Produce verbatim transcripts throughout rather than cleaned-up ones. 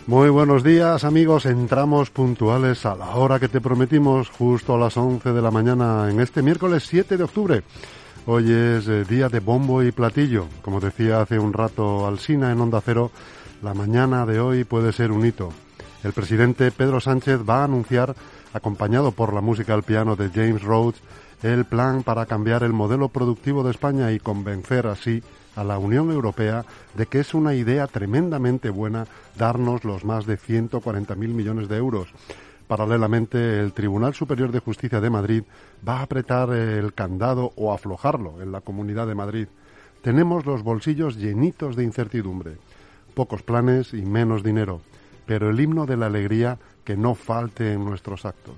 Muy buenos días, amigos. Entramos puntuales a la hora que te prometimos, justo a las once de la mañana en este miércoles siete de octubre. Hoy es eh, día de bombo y platillo. Como decía hace un rato Alsina en Onda Cero, la mañana de hoy puede ser un hito. El presidente Pedro Sánchez va a anunciar, acompañado por la música al piano de James Rhodes, el plan para cambiar el modelo productivo de España y convencer así a la Unión Europea de que es una idea tremendamente buena darnos los más de ciento cuarenta mil millones de euros. Paralelamente, el Tribunal Superior de Justicia de Madrid va a apretar el candado o aflojarlo en la Comunidad de Madrid. Tenemos los bolsillos llenitos de incertidumbre, pocos planes y menos dinero, pero el himno de la alegría que no falte en nuestros actos.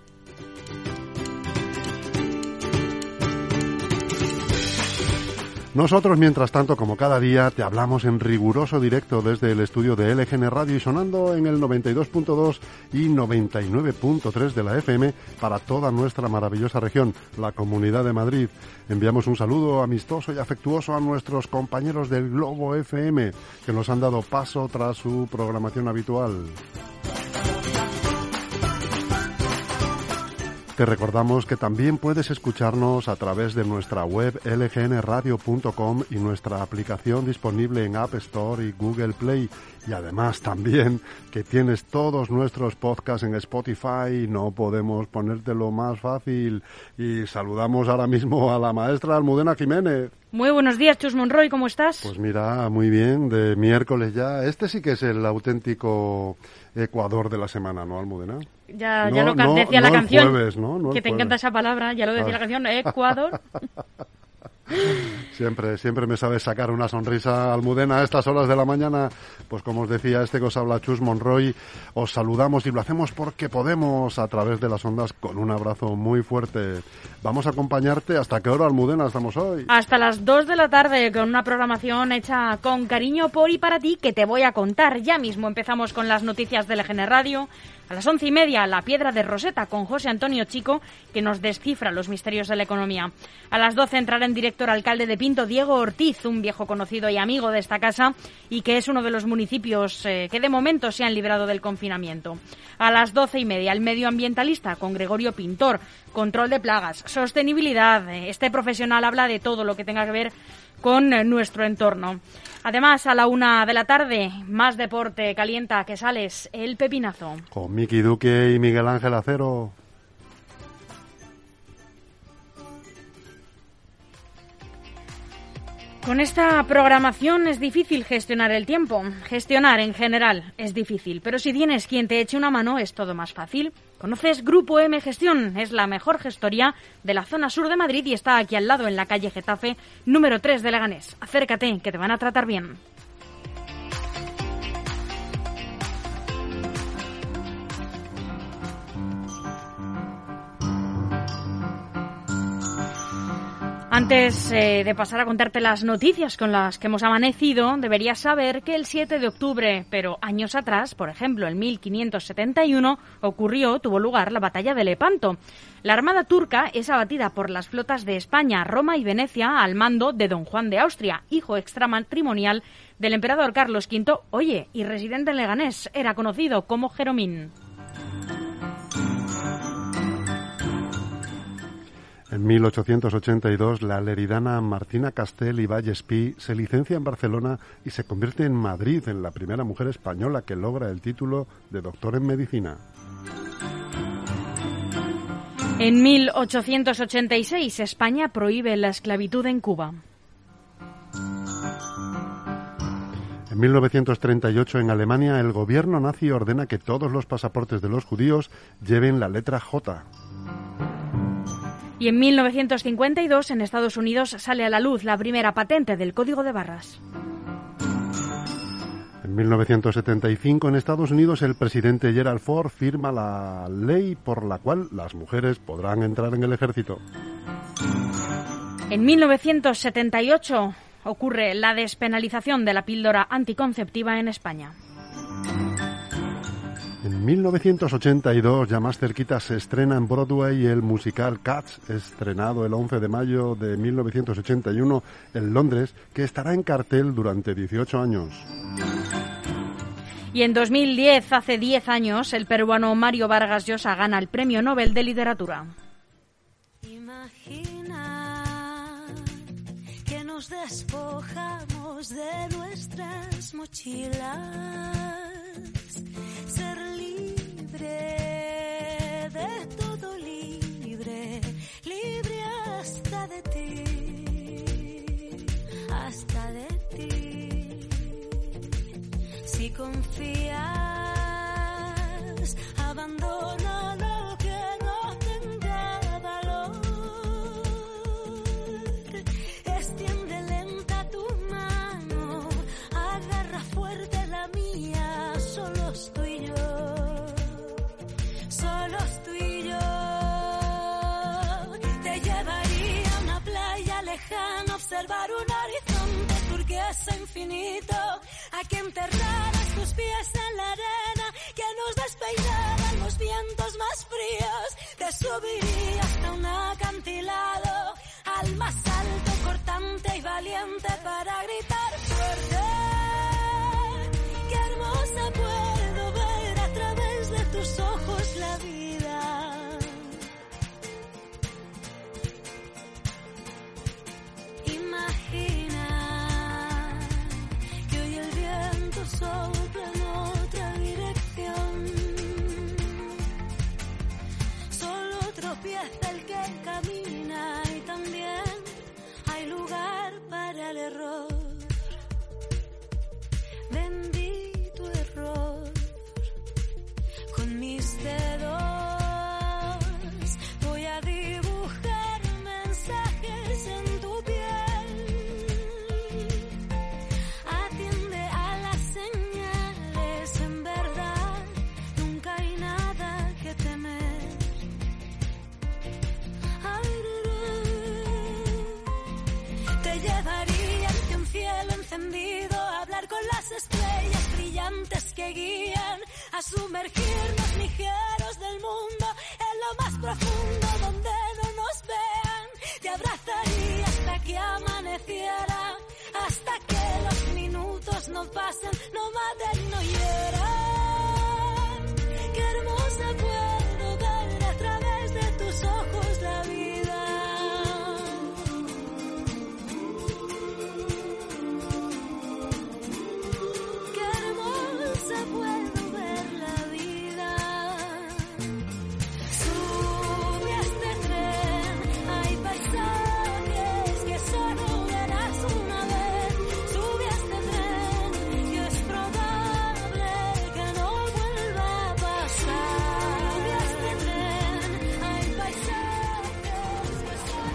Nosotros, mientras tanto, como cada día, te hablamos en riguroso directo desde el estudio de L G N Radio y sonando en el noventa y dos punto dos y noventa y nueve punto tres de la F M para toda nuestra maravillosa región, la Comunidad de Madrid. Enviamos un saludo amistoso y afectuoso a nuestros compañeros del Globo F M, que nos han dado paso tras su programación habitual. Te recordamos que también puedes escucharnos a través de nuestra web l g n radio punto com y nuestra aplicación disponible en App Store y Google Play. Y además también que tienes todos nuestros podcasts en Spotify. No podemos ponértelo más fácil. Y saludamos ahora mismo a la maestra Almudena Jiménez. Muy buenos días, Chus Monroy, ¿cómo estás? Pues mira, muy bien, de miércoles ya. Este sí que es el auténtico Ecuador de la semana, ¿no, Almudena? Ya, no, ya lo no, decía no la canción, jueves, ¿no? No que te jueves. encanta esa palabra, ya lo decía ah. la canción, Ecuador. Siempre, siempre me sabes sacar una sonrisa, Almudena, a estas horas de la mañana. Pues como os decía, este que os habla Chus Monroy, os saludamos y lo hacemos porque podemos a través de las ondas con un abrazo muy fuerte. Vamos a acompañarte. ¿Hasta qué hora, Almudena, estamos hoy? Hasta las dos de la tarde, con una programación hecha con cariño por y para ti que te voy a contar. Ya mismo empezamos con las noticias de L G N Radio. A las once y media, La Piedra de Roseta, con José Antonio Chico, que nos descifra los misterios de la economía. A las doce entrará en directo el alcalde de Pinto, Diego Ortiz, un viejo conocido y amigo de esta casa, y que es uno de los municipios eh, que de momento se han librado del confinamiento. A las doce y media, el medioambientalista, con Gregorio Pintor, control de plagas, sostenibilidad. Este profesional habla de todo lo que tenga que ver con nuestro entorno. Además, a la una de la tarde, más deporte calienta que sales, el pepinazo. Con Miki Duque y Miguel Ángel Acero. Con esta programación es difícil gestionar el tiempo. Gestionar en general es difícil, pero si tienes quien te eche una mano es todo más fácil. ¿Conoces Grupo M Gestión? Es la mejor gestoría de la zona sur de Madrid y está aquí al lado en la calle Getafe, número tres de Leganés. Acércate, que te van a tratar bien. Antes eh, de pasar a contarte las noticias con las que hemos amanecido, deberías saber que el siete de octubre, pero años atrás, por ejemplo, en mil quinientos setenta y uno, ocurrió, tuvo lugar la batalla de Lepanto. La armada turca es abatida por las flotas de España, Roma y Venecia al mando de don Juan de Austria, hijo extramatrimonial del emperador Carlos quinto, oye, y residente en Leganés, era conocido como Jeromín. En mil ochocientos ochenta y dos, la leridana Martina Castell y Vallespí se licencia en Barcelona y se convierte en Madrid en la primera mujer española que logra el título de doctor en medicina. En mil ochocientos ochenta y seis, España prohíbe la esclavitud en Cuba. En mil novecientos treinta y ocho, en Alemania, el gobierno nazi ordena que todos los pasaportes de los judíos lleven la letra J. Y en mil novecientos cincuenta y dos, en Estados Unidos, sale a la luz la primera patente del código de barras. En mil novecientos setenta y cinco, en Estados Unidos, el presidente Gerald Ford firma la ley por la cual las mujeres podrán entrar en el ejército. En mil novecientos setenta y ocho ocurre la despenalización de la píldora anticonceptiva en España. En mil novecientos ochenta y dos, ya más cerquita, se estrena en Broadway el musical Cats, estrenado el once de mayo de mil novecientos ochenta y uno en Londres, que estará en cartel durante dieciocho años. Y en dos mil diez, hace diez años, el peruano Mario Vargas Llosa gana el Premio Nobel de Literatura. Imagina que nos despojamos de nuestras mochilas, ser libre de todo, libre, libre hasta de ti, hasta de ti. Si confías, abandona lo que no tenga valor. Extiende lenta tu mano, agarra fuerte la mía. Solos tú y yo, solos tú y yo. Te llevaría a una playa lejana, observar un horizonte turquesa infinito. A que enterraras tus pies en la arena, que nos despeinaran los vientos más fríos. Te subiría hasta un acantilado, al más alto, cortante y valiente, para gritar fuerte. Qué hermosa puedo ver a través de tus ojos la vida. Imagina sopla en otra dirección. Solo tropieza el que camina y también hay lugar para el error. Bendito error. Con mis dedos voy a dibujar mensajes en tu piel. Hablar con las estrellas brillantes que guían, a sumergirnos ligeros del mundo en lo más profundo donde no nos vean. Te abrazaría hasta que amaneciera, hasta que los minutos no pasen, no maten, no hieran. Qué hermosa puedo ver a través de tus ojos la vida. Puedo ver la vida. Sube a este tren, hay paisajes que solo verás una vez. Sube a este tren, y es probable que no vuelva a pasar. Sube a este tren, hay paisajes que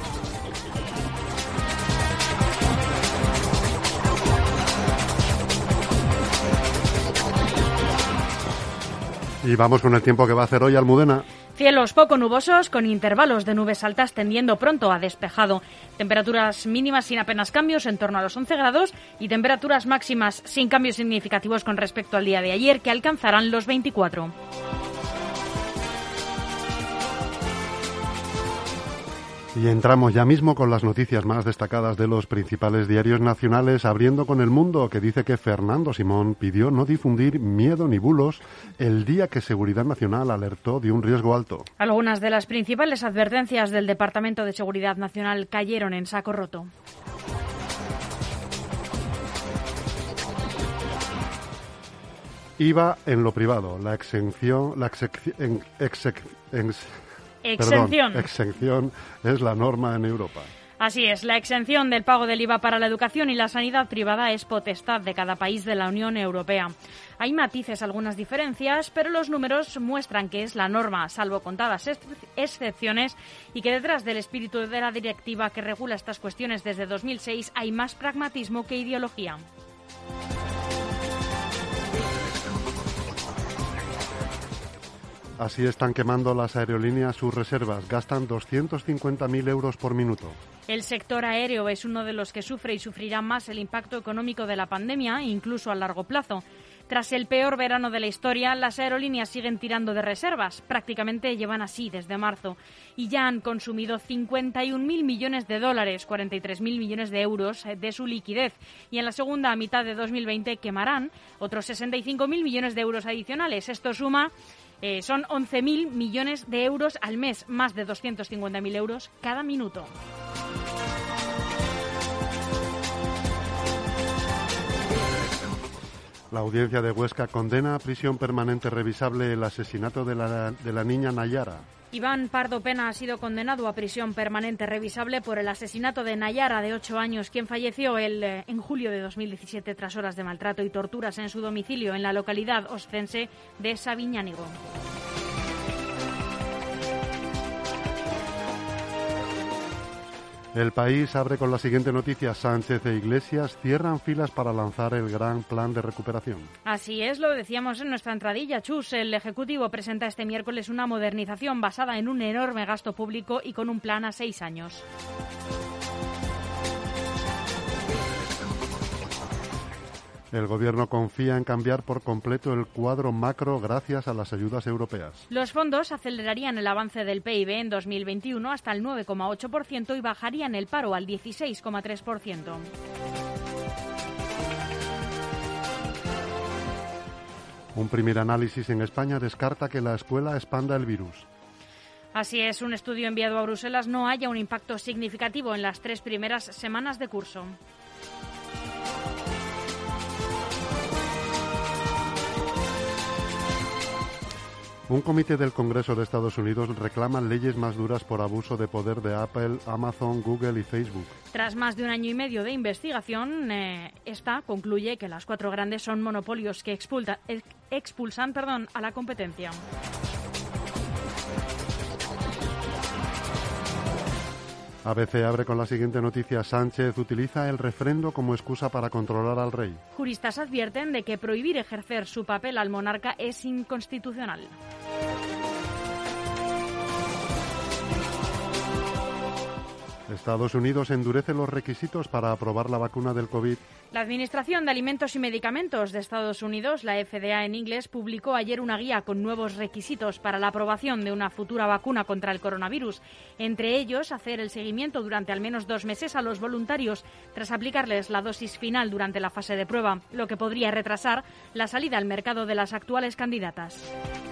Y vamos con el tiempo que va a hacer hoy Almudena. Cielos poco nubosos, con intervalos de nubes altas tendiendo pronto a despejado. Temperaturas mínimas sin apenas cambios, en torno a los once grados, y temperaturas máximas sin cambios significativos con respecto al día de ayer, que alcanzarán los veinticuatro. Y entramos ya mismo con las noticias más destacadas de los principales diarios nacionales, abriendo con El Mundo, que dice que Fernando Simón pidió no difundir miedo ni bulos el día que Seguridad Nacional alertó de un riesgo alto. Algunas de las principales advertencias del Departamento de Seguridad Nacional cayeron en saco roto. I V A en lo privado, la exención, la exec, exec, ex, Exención. Perdón, exención es la norma en Europa. Así es, la exención del pago del I V A para la educación y la sanidad privada es potestad de cada país de la Unión Europea. Hay matices, algunas diferencias, pero los números muestran que es la norma, salvo contadas ex- excepciones, y que detrás del espíritu de la directiva que regula estas cuestiones desde dos mil seis hay más pragmatismo que ideología. Así están quemando las aerolíneas sus reservas. Gastan doscientos cincuenta mil euros por minuto. El sector aéreo es uno de los que sufre y sufrirá más el impacto económico de la pandemia, incluso a largo plazo. Tras el peor verano de la historia, las aerolíneas siguen tirando de reservas. Prácticamente llevan así desde marzo y ya han consumido cincuenta y un mil millones de dólares, cuarenta y tres mil millones de euros de su liquidez. Y en la segunda mitad de dos mil veinte quemarán otros sesenta y cinco mil millones de euros adicionales. Esto suma, eh, son once mil millones de euros al mes, más de doscientos cincuenta mil euros cada minuto. La audiencia de Huesca condena a prisión permanente revisable el asesinato de la, de la niña Nayara. Iván Pardo Pena ha sido condenado a prisión permanente revisable por el asesinato de Nayara, de ocho años, quien falleció el, en julio de dos mil diecisiete tras horas de maltrato y torturas en su domicilio en la localidad oscense de Sabiñánigo. El País abre con la siguiente noticia. Sánchez e Iglesias cierran filas para lanzar el gran plan de recuperación. Así es, lo decíamos en nuestra entradilla, Chus. El Ejecutivo presenta este miércoles una modernización basada en un enorme gasto público y con un plan a seis años. El Gobierno confía en cambiar por completo el cuadro macro gracias a las ayudas europeas. Los fondos acelerarían el avance del P I B en dos mil veintiuno hasta el nueve coma ocho por ciento y bajarían el paro al dieciséis coma tres por ciento. Un primer análisis en España descarta que la escuela expanda el virus. Así es, un estudio enviado a Bruselas no haya un impacto significativo en las tres primeras semanas de curso. Un comité del Congreso de Estados Unidos reclama leyes más duras por abuso de poder de Apple, Amazon, Google y Facebook. Tras más de un año y medio de investigación, eh, esta concluye que las cuatro grandes son monopolios que expulta, ex, expulsan perdón, a la competencia. A B C abre con la siguiente noticia. Sánchez utiliza el refrendo como excusa para controlar al rey. Juristas advierten de que prohibir ejercer su papel al monarca es inconstitucional. Estados Unidos endurece los requisitos para aprobar la vacuna del COVID. La Administración de Alimentos y Medicamentos de Estados Unidos, la F D A en inglés, publicó ayer una guía con nuevos requisitos para la aprobación de una futura vacuna contra el coronavirus. Entre ellos, hacer el seguimiento durante al menos dos meses a los voluntarios tras aplicarles la dosis final durante la fase de prueba, lo que podría retrasar la salida al mercado de las actuales candidatas.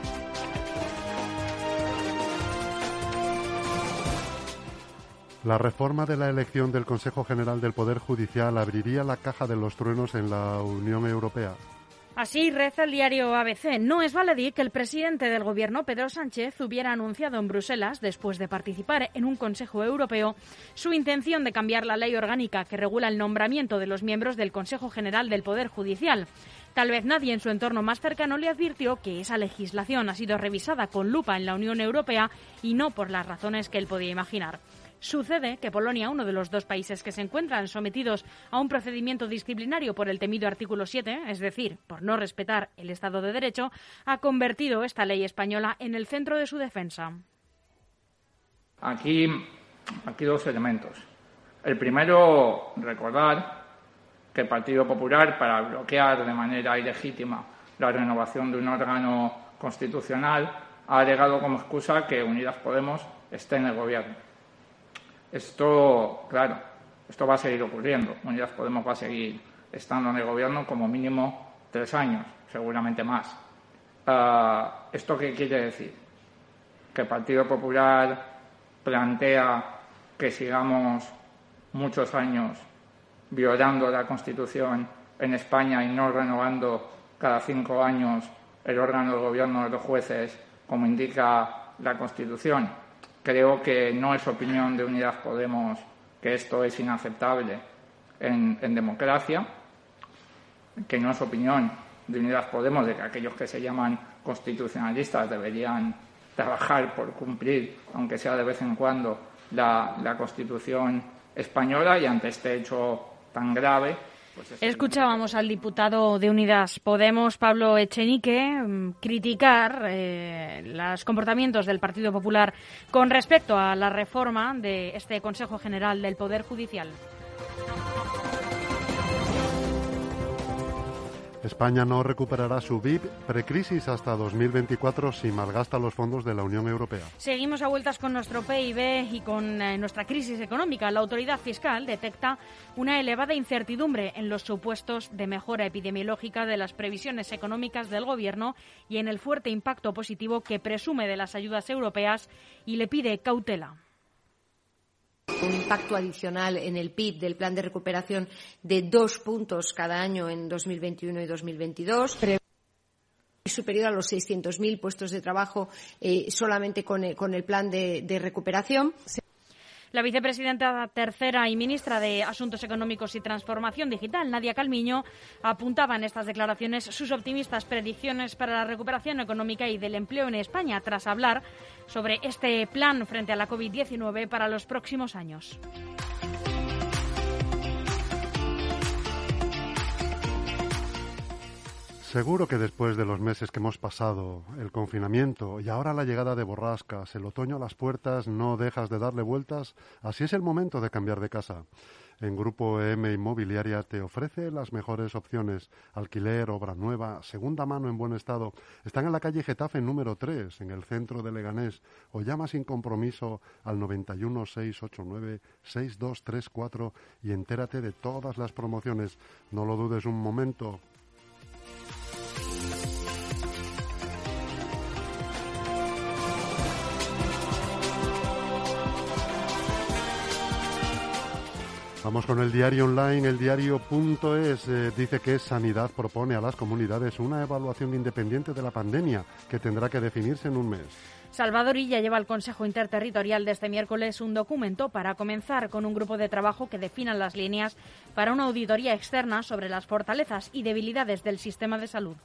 La reforma de la elección del Consejo General del Poder Judicial abriría la caja de los truenos en la Unión Europea. Así reza el diario A B C. No es baladí que el presidente del Gobierno, Pedro Sánchez, hubiera anunciado en Bruselas, después de participar en un Consejo Europeo, su intención de cambiar la ley orgánica que regula el nombramiento de los miembros del Consejo General del Poder Judicial. Tal vez nadie en su entorno más cercano le advirtió que esa legislación ha sido revisada con lupa en la Unión Europea y no por las razones que él podía imaginar. Sucede que Polonia, uno de los dos países que se encuentran sometidos a un procedimiento disciplinario por el temido artículo siete, es decir, por no respetar el Estado de Derecho, ha convertido esta ley española en el centro de su defensa. Aquí, aquí dos elementos. El primero, recordar que el Partido Popular, para bloquear de manera ilegítima la renovación de un órgano constitucional, ha alegado como excusa que Unidas Podemos esté en el Gobierno. Esto, claro, esto va a seguir ocurriendo. Unidas Podemos va a seguir estando en el Gobierno como mínimo tres años, seguramente más. Uh, ¿Esto qué quiere decir? Que el Partido Popular plantea que sigamos muchos años violando la Constitución en España y no renovando cada cinco años el órgano del Gobierno de los jueces, como indica la Constitución. Creo que no es opinión de Unidas Podemos que esto es inaceptable en, en democracia, que no es opinión de Unidas Podemos de que aquellos que se llaman constitucionalistas deberían trabajar por cumplir, aunque sea de vez en cuando, la, la Constitución española, y ante este hecho tan grave. Pues Escuchábamos al diputado de Unidas Podemos, Pablo Echenique, criticar eh, los comportamientos del Partido Popular con respecto a la reforma de este Consejo General del Poder Judicial. España no recuperará su B I P precrisis hasta dos mil veinticuatro si malgasta los fondos de la Unión Europea. Seguimos a vueltas con nuestro P I B y con eh, nuestra crisis económica. La autoridad fiscal detecta una elevada incertidumbre en los supuestos de mejora epidemiológica de las previsiones económicas del Gobierno y en el fuerte impacto positivo que presume de las ayudas europeas y le pide cautela. Un impacto adicional en el P I B del plan de recuperación de dos puntos cada año en dos mil veintiuno y dos mil veintidós. Superior a los seiscientos mil puestos de trabajo eh, solamente con el, con el plan de, de recuperación. La vicepresidenta tercera y ministra de Asuntos Económicos y Transformación Digital, Nadia Calviño, apuntaba en estas declaraciones sus optimistas predicciones para la recuperación económica y del empleo en España, tras hablar sobre este plan frente a la COVID diecinueve para los próximos años. Seguro que después de los meses que hemos pasado, el confinamiento y ahora la llegada de borrascas, el otoño a las puertas, no dejas de darle vueltas. Así es el momento de cambiar de casa. En Grupo E M Inmobiliaria te ofrece las mejores opciones. Alquiler, obra nueva, segunda mano en buen estado. Están en la calle Getafe número tres, en el centro de Leganés. O llama sin compromiso al noventa y uno, seiscientos ochenta y nueve, sesenta y dos treinta y cuatro y entérate de todas las promociones. No lo dudes un momento. Vamos con el diario online, el diario punto es. Eh, dice que Sanidad propone a las comunidades una evaluación independiente de la pandemia que tendrá que definirse en un mes. Salvador Illa lleva al Consejo Interterritorial de este miércoles un documento para comenzar con un grupo de trabajo que defina las líneas para una auditoría externa sobre las fortalezas y debilidades del sistema de salud.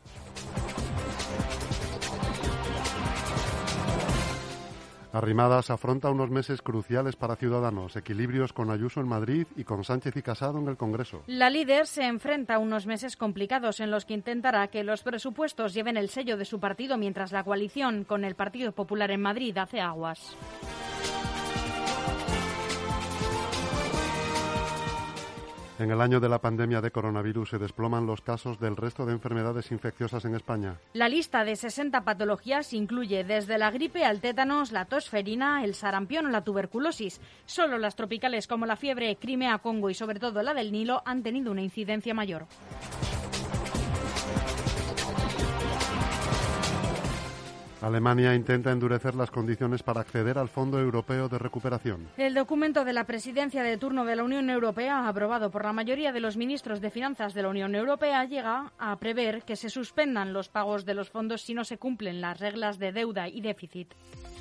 Arrimadas afronta unos meses cruciales para Ciudadanos, equilibrios con Ayuso en Madrid y con Sánchez y Casado en el Congreso. La líder se enfrenta a unos meses complicados en los que intentará que los presupuestos lleven el sello de su partido mientras la coalición con el Partido Popular en Madrid hace aguas. En el año de la pandemia de coronavirus se desploman los casos del resto de enfermedades infecciosas en España. La lista de sesenta patologías incluye desde la gripe al tétanos, la tosferina, el sarampión o la tuberculosis. Solo las tropicales como la fiebre, Crimea, Congo y sobre todo la del Nilo han tenido una incidencia mayor. Alemania intenta endurecer las condiciones para acceder al Fondo Europeo de Recuperación. El documento de la presidencia de turno de la Unión Europea, aprobado por la mayoría de los ministros de Finanzas de la Unión Europea, llega a prever que se suspendan los pagos de los fondos si no se cumplen las reglas de deuda y déficit.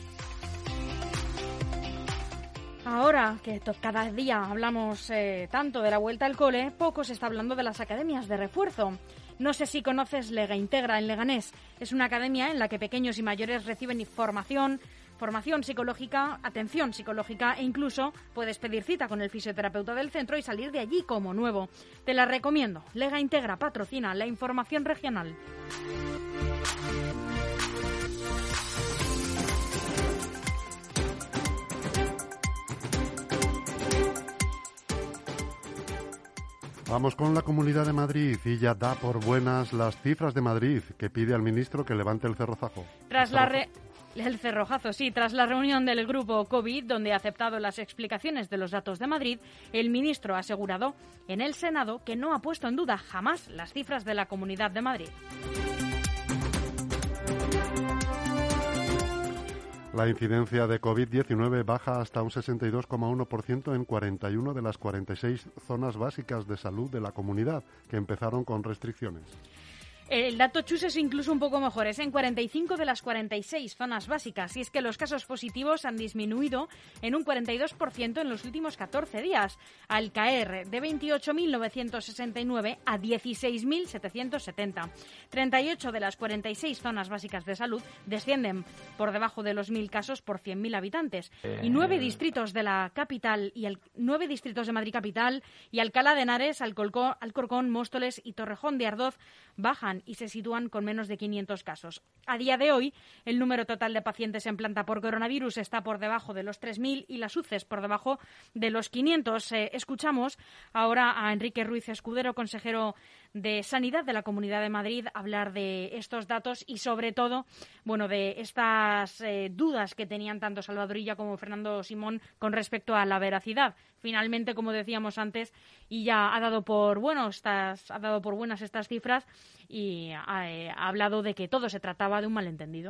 Ahora que cada día hablamos eh, tanto de la vuelta al cole, poco se está hablando de las academias de refuerzo. No sé si conoces Lega Integra en Leganés. Es una academia en la que pequeños y mayores reciben formación, formación psicológica, atención psicológica e incluso puedes pedir cita con el fisioterapeuta del centro y salir de allí como nuevo. Te la recomiendo. Lega Integra patrocina la información regional. Vamos con la Comunidad de Madrid y ya da por buenas las cifras de Madrid, que pide al ministro que levante el cerrojazo. Tras la re... El cerrojazo, sí. Tras la reunión del grupo COVID, donde ha aceptado las explicaciones de los datos de Madrid, el ministro ha asegurado en el Senado que no ha puesto en duda jamás las cifras de la Comunidad de Madrid. La incidencia de COVID diecinueve baja hasta un sesenta y dos coma uno por ciento en cuarenta y una de las cuarenta y seis zonas básicas de salud de la comunidad, que empezaron con restricciones. El dato chus es incluso un poco mejor, es en cuarenta y cinco de las cuarenta y seis zonas básicas, y es que los casos positivos han disminuido en un cuarenta y dos por ciento en los últimos catorce días, al caer de veintiocho mil novecientos sesenta y nueve a dieciséis mil setecientos setenta. treinta y ocho de las cuarenta y seis zonas básicas de salud descienden por debajo de los mil casos por cien mil habitantes, y nueve distritos de la capital y el, nueve distritos de Madrid capital y Alcalá de Henares, Alcorcón, Alcorcón, Móstoles y Torrejón de Ardoz bajan bajan y se sitúan con menos de quinientos casos. A día de hoy, el número total de pacientes en planta por coronavirus está por debajo de los tres mil y las U C Es por debajo de los quinientos. Eh, escuchamos ahora a Enrique Ruiz Escudero, consejero de Sanidad de la Comunidad de Madrid, hablar de estos datos y, sobre todo, bueno, de estas eh, dudas que tenían tanto Salvador Illa como Fernando Simón con respecto a la veracidad. Finalmente, como decíamos antes, Illa ha dado por bueno estas, ha dado por buenas estas cifras y ha, eh, ha hablado de que todo se trataba de un malentendido.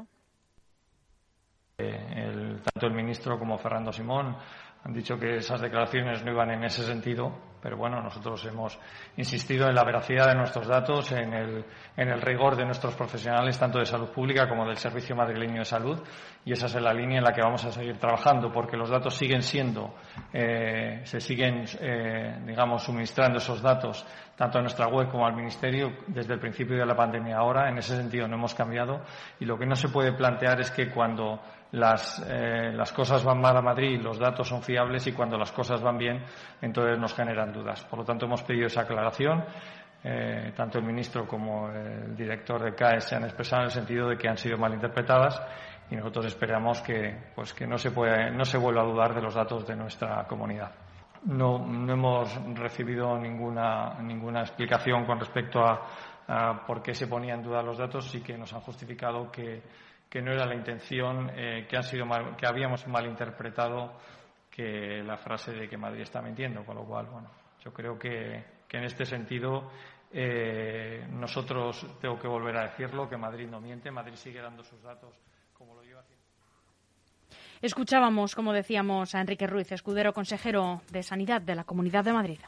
El, tanto el ministro como Fernando Simón han dicho que esas declaraciones no iban en ese sentido, pero bueno, nosotros hemos insistido en la veracidad de nuestros datos, en el, en el rigor de nuestros profesionales, tanto de salud pública como del Servicio Madrileño de Salud, y esa es la línea en la que vamos a seguir trabajando, porque los datos siguen siendo, eh, se siguen, eh, digamos, suministrando esos datos tanto a nuestra web como al Ministerio desde el principio de la pandemia. Ahora, en ese sentido, no hemos cambiado, y lo que no se puede plantear es que cuando las, eh, las cosas van mal a Madrid, los datos son fiables, y cuando las cosas van bien, entonces nos generan dudas. Por lo tanto, hemos pedido esa aclaración. Eh, tanto el ministro como el director de C A E S se han expresado en el sentido de que han sido malinterpretadas, y nosotros esperamos que, pues, que no se puede, no se vuelva a dudar de los datos de nuestra comunidad. No, no hemos recibido ninguna, ninguna explicación con respecto a, a por qué se ponían en duda los datos. Sí que nos han justificado que, que no era la intención, eh, que, han sido mal, que habíamos malinterpretado que la frase de que Madrid está mintiendo, con lo cual, bueno, yo creo que, que en este sentido eh, nosotros, tengo que volver a decirlo, que Madrid no miente, Madrid sigue dando sus datos como lo lleva haciendo. Escuchábamos, como decíamos, a Enrique Ruiz Escudero, consejero de Sanidad de la Comunidad de Madrid.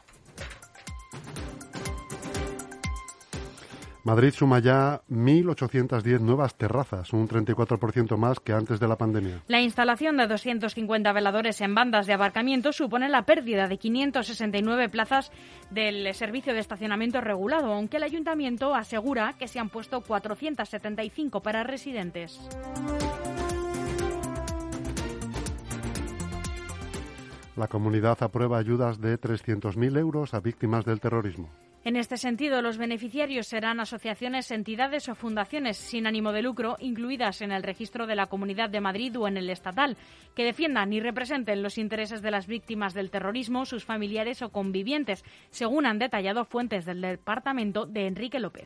Madrid suma ya mil ochocientas diez nuevas terrazas, un treinta y cuatro por ciento más que antes de la pandemia. La instalación de doscientos cincuenta veladores en bandas de aparcamiento supone la pérdida de quinientas sesenta y nueve plazas del servicio de estacionamiento regulado, aunque el ayuntamiento asegura que se han puesto cuatrocientas setenta y cinco para residentes. La comunidad aprueba ayudas de trescientos mil euros a víctimas del terrorismo. En este sentido, los beneficiarios serán asociaciones, entidades o fundaciones sin ánimo de lucro, incluidas en el registro de la Comunidad de Madrid o en el estatal, que defiendan y representen los intereses de las víctimas del terrorismo, sus familiares o convivientes, según han detallado fuentes del departamento de Enrique López.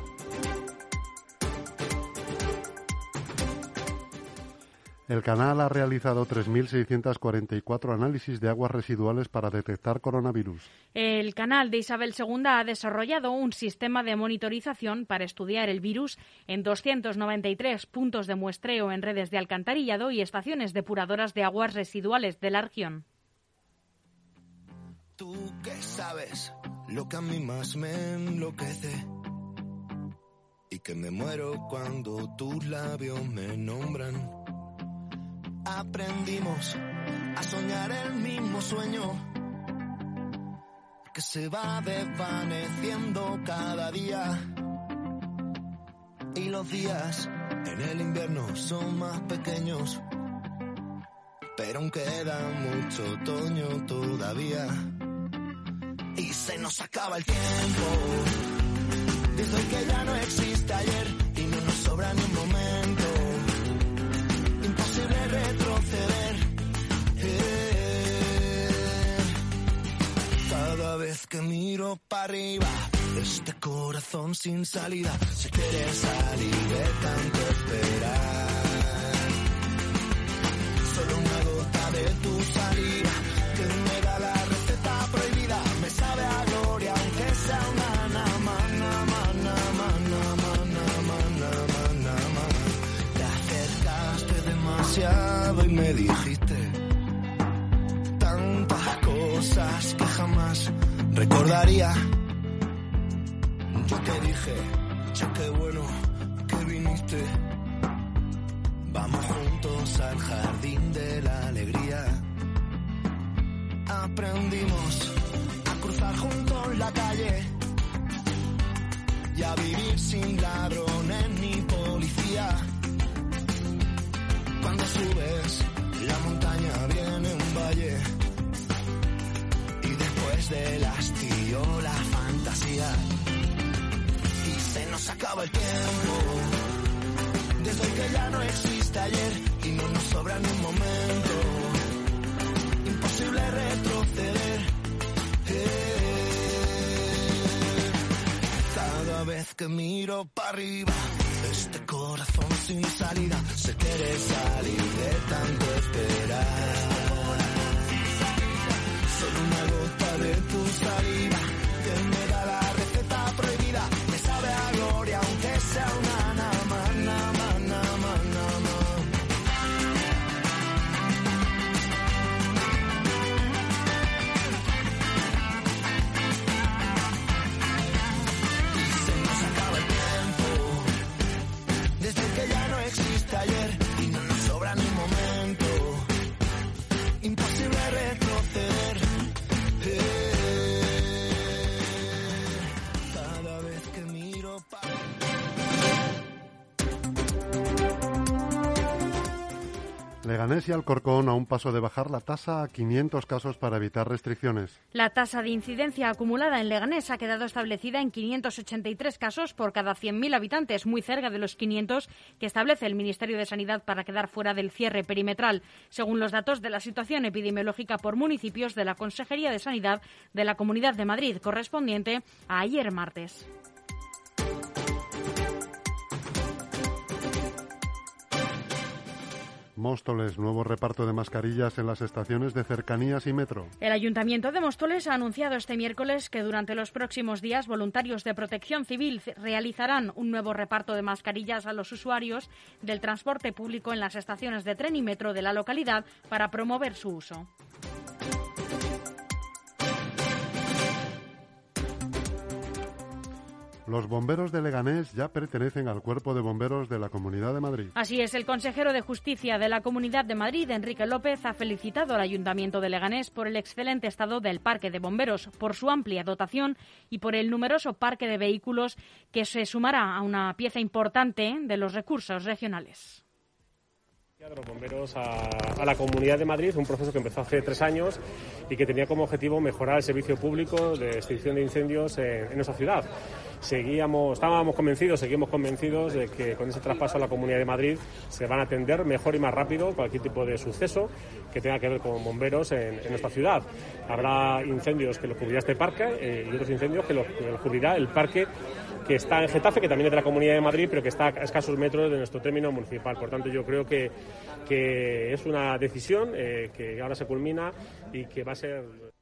El canal ha realizado tres mil seiscientos cuarenta y cuatro análisis de aguas residuales para detectar coronavirus. El canal de Isabel segunda ha desarrollado un sistema de monitorización para estudiar el virus en doscientos noventa y tres puntos de muestreo en redes de alcantarillado y estaciones depuradoras de aguas residuales de la región. Tú que sabes lo que a mí más me enloquece y que me muero cuando tus labios me nombran. Aprendimos a soñar el mismo sueño que se va desvaneciendo cada día, y los días en el invierno son más pequeños, pero aún queda mucho otoño todavía y se nos acaba el tiempo. Dicen que ya no existe ayer y no nos sobra ni un momento. Imposible retroceder. Eh, cada vez que miro para arriba, este corazón sin salida se quiere salir de tanto esperar. Solo una gota de tu saliva que me da la receta prohibida. Me sabe a gloria aunque sea una nama, nama, nama, nama, nama, nama, nama. Te acercaste demasiado y me dijiste tantas cosas que jamás recordaría. Yo te dije, che, qué bueno que viniste. Vamos juntos al jardín de la alegría. Aprendimos a cruzar juntos la calle y a vivir sin ladrones ni policía. Cuando subes la montaña viene un valle y después del hastío la fantasía. Y se nos nos acaba el tiempo. Desde que ya no existe ayer y no nos sobra ni un momento. Imposible retroceder. Eh. Cada vez que miro para arriba, este corazón sin salida se quiere salir de tanto esperar. Solo una gota de tu saliva que me da la receta prohibida. Me sabe a gloria aunque sea una nama, nama, nama, nama. Y se nos acaba el tiempo. Desde que ya no existe ayer y no nos sobra ni un momento. Imposible retroceder. Cada vez que miro para... Leganés y Alcorcón a un paso de bajar la tasa a quinientos casos para evitar restricciones. La tasa de incidencia acumulada en Leganés ha quedado establecida en quinientos ochenta y tres casos por cada cien mil habitantes, muy cerca de los quinientos que establece el Ministerio de Sanidad para quedar fuera del cierre perimetral, según los datos de la situación epidemiológica por municipios de la Consejería de Sanidad de la Comunidad de Madrid, correspondiente a ayer martes. Móstoles, nuevo reparto de mascarillas en las estaciones de cercanías y metro. El Ayuntamiento de Móstoles ha anunciado este miércoles que durante los próximos días voluntarios de Protección Civil realizarán un nuevo reparto de mascarillas a los usuarios del transporte público en las estaciones de tren y metro de la localidad para promover su uso. Los bomberos de Leganés ya pertenecen al Cuerpo de Bomberos de la Comunidad de Madrid. Así es, el consejero de Justicia de la Comunidad de Madrid, Enrique López, ha felicitado al Ayuntamiento de Leganés por el excelente estado del Parque de Bomberos, por su amplia dotación y por el numeroso parque de vehículos que se sumará a una pieza importante de los recursos regionales. De los bomberos a, a la Comunidad de Madrid, un proceso que empezó hace tres años y que tenía como objetivo mejorar el servicio público de extinción de incendios en, en nuestra ciudad. Seguíamos, estábamos convencidos, seguimos convencidos de que con ese traspaso a la Comunidad de Madrid se van a atender mejor y más rápido cualquier tipo de suceso que tenga que ver con bomberos en, en nuestra ciudad. Habrá incendios que los cubrirá este parque eh, y otros incendios que los, que los cubrirá el parque que está en Getafe, que también es de la Comunidad de Madrid, pero que está a escasos metros de nuestro término municipal. Por tanto, yo creo que, que es una decisión eh, que ahora se culmina y que va a ser...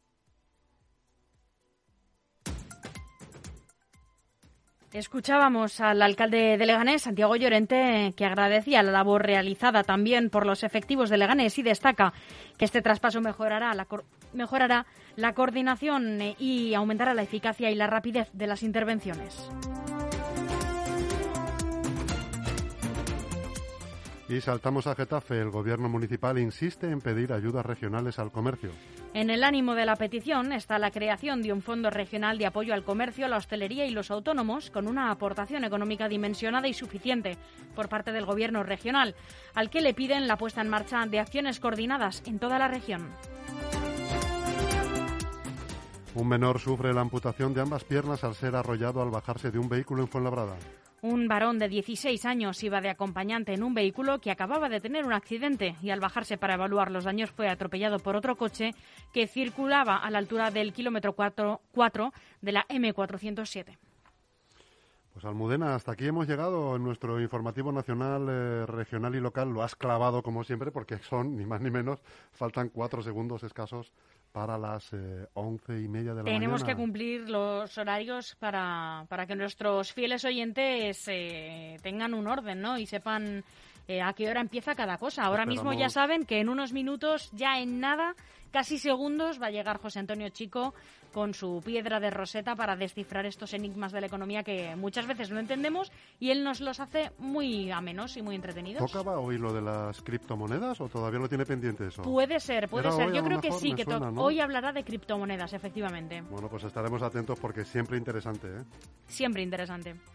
Escuchábamos al alcalde de Leganés, Santiago Llorente, que agradecía la labor realizada también por los efectivos de Leganés y destaca que este traspaso mejorará la, co- mejorará la coordinación y aumentará la eficacia y la rapidez de las intervenciones. Y saltamos a Getafe. El gobierno municipal insiste en pedir ayudas regionales al comercio. En el ánimo de la petición está la creación de un fondo regional de apoyo al comercio, la hostelería y los autónomos, con una aportación económica dimensionada y suficiente por parte del gobierno regional, al que le piden la puesta en marcha de acciones coordinadas en toda la región. Un menor sufre la amputación de ambas piernas al ser arrollado al bajarse de un vehículo en Fuenlabrada. Un varón de dieciséis años iba de acompañante en un vehículo que acababa de tener un accidente y al bajarse para evaluar los daños fue atropellado por otro coche que circulaba a la altura del kilómetro cuatro de la eme cuatrocientos siete. Pues Almudena, hasta aquí hemos llegado en nuestro informativo nacional, eh, regional y local. Lo has clavado como siempre porque son, ni más ni menos, faltan cuatro segundos escasos para las eh, once y media de la mañana. Tenemos que cumplir los horarios para, para que nuestros fieles oyentes eh, tengan un orden, ¿no? Y sepan eh, a qué hora empieza cada cosa. Ahora Esperamos... mismo ya saben que en unos minutos, ya en nada, casi segundos, va a llegar José Antonio Chico con su piedra de Roseta para descifrar estos enigmas de la economía que muchas veces no entendemos y él nos los hace muy amenos y muy entretenidos. ¿Tocaba hoy lo de las criptomonedas o todavía lo tiene pendiente eso? Puede ser, puede Era ser. hoy, Yo a lo creo que mejor, sí, me que suena, to- ¿no? hoy hablará de criptomonedas, efectivamente. Bueno, pues estaremos atentos porque siempre interesante, ¿eh? Siempre interesante.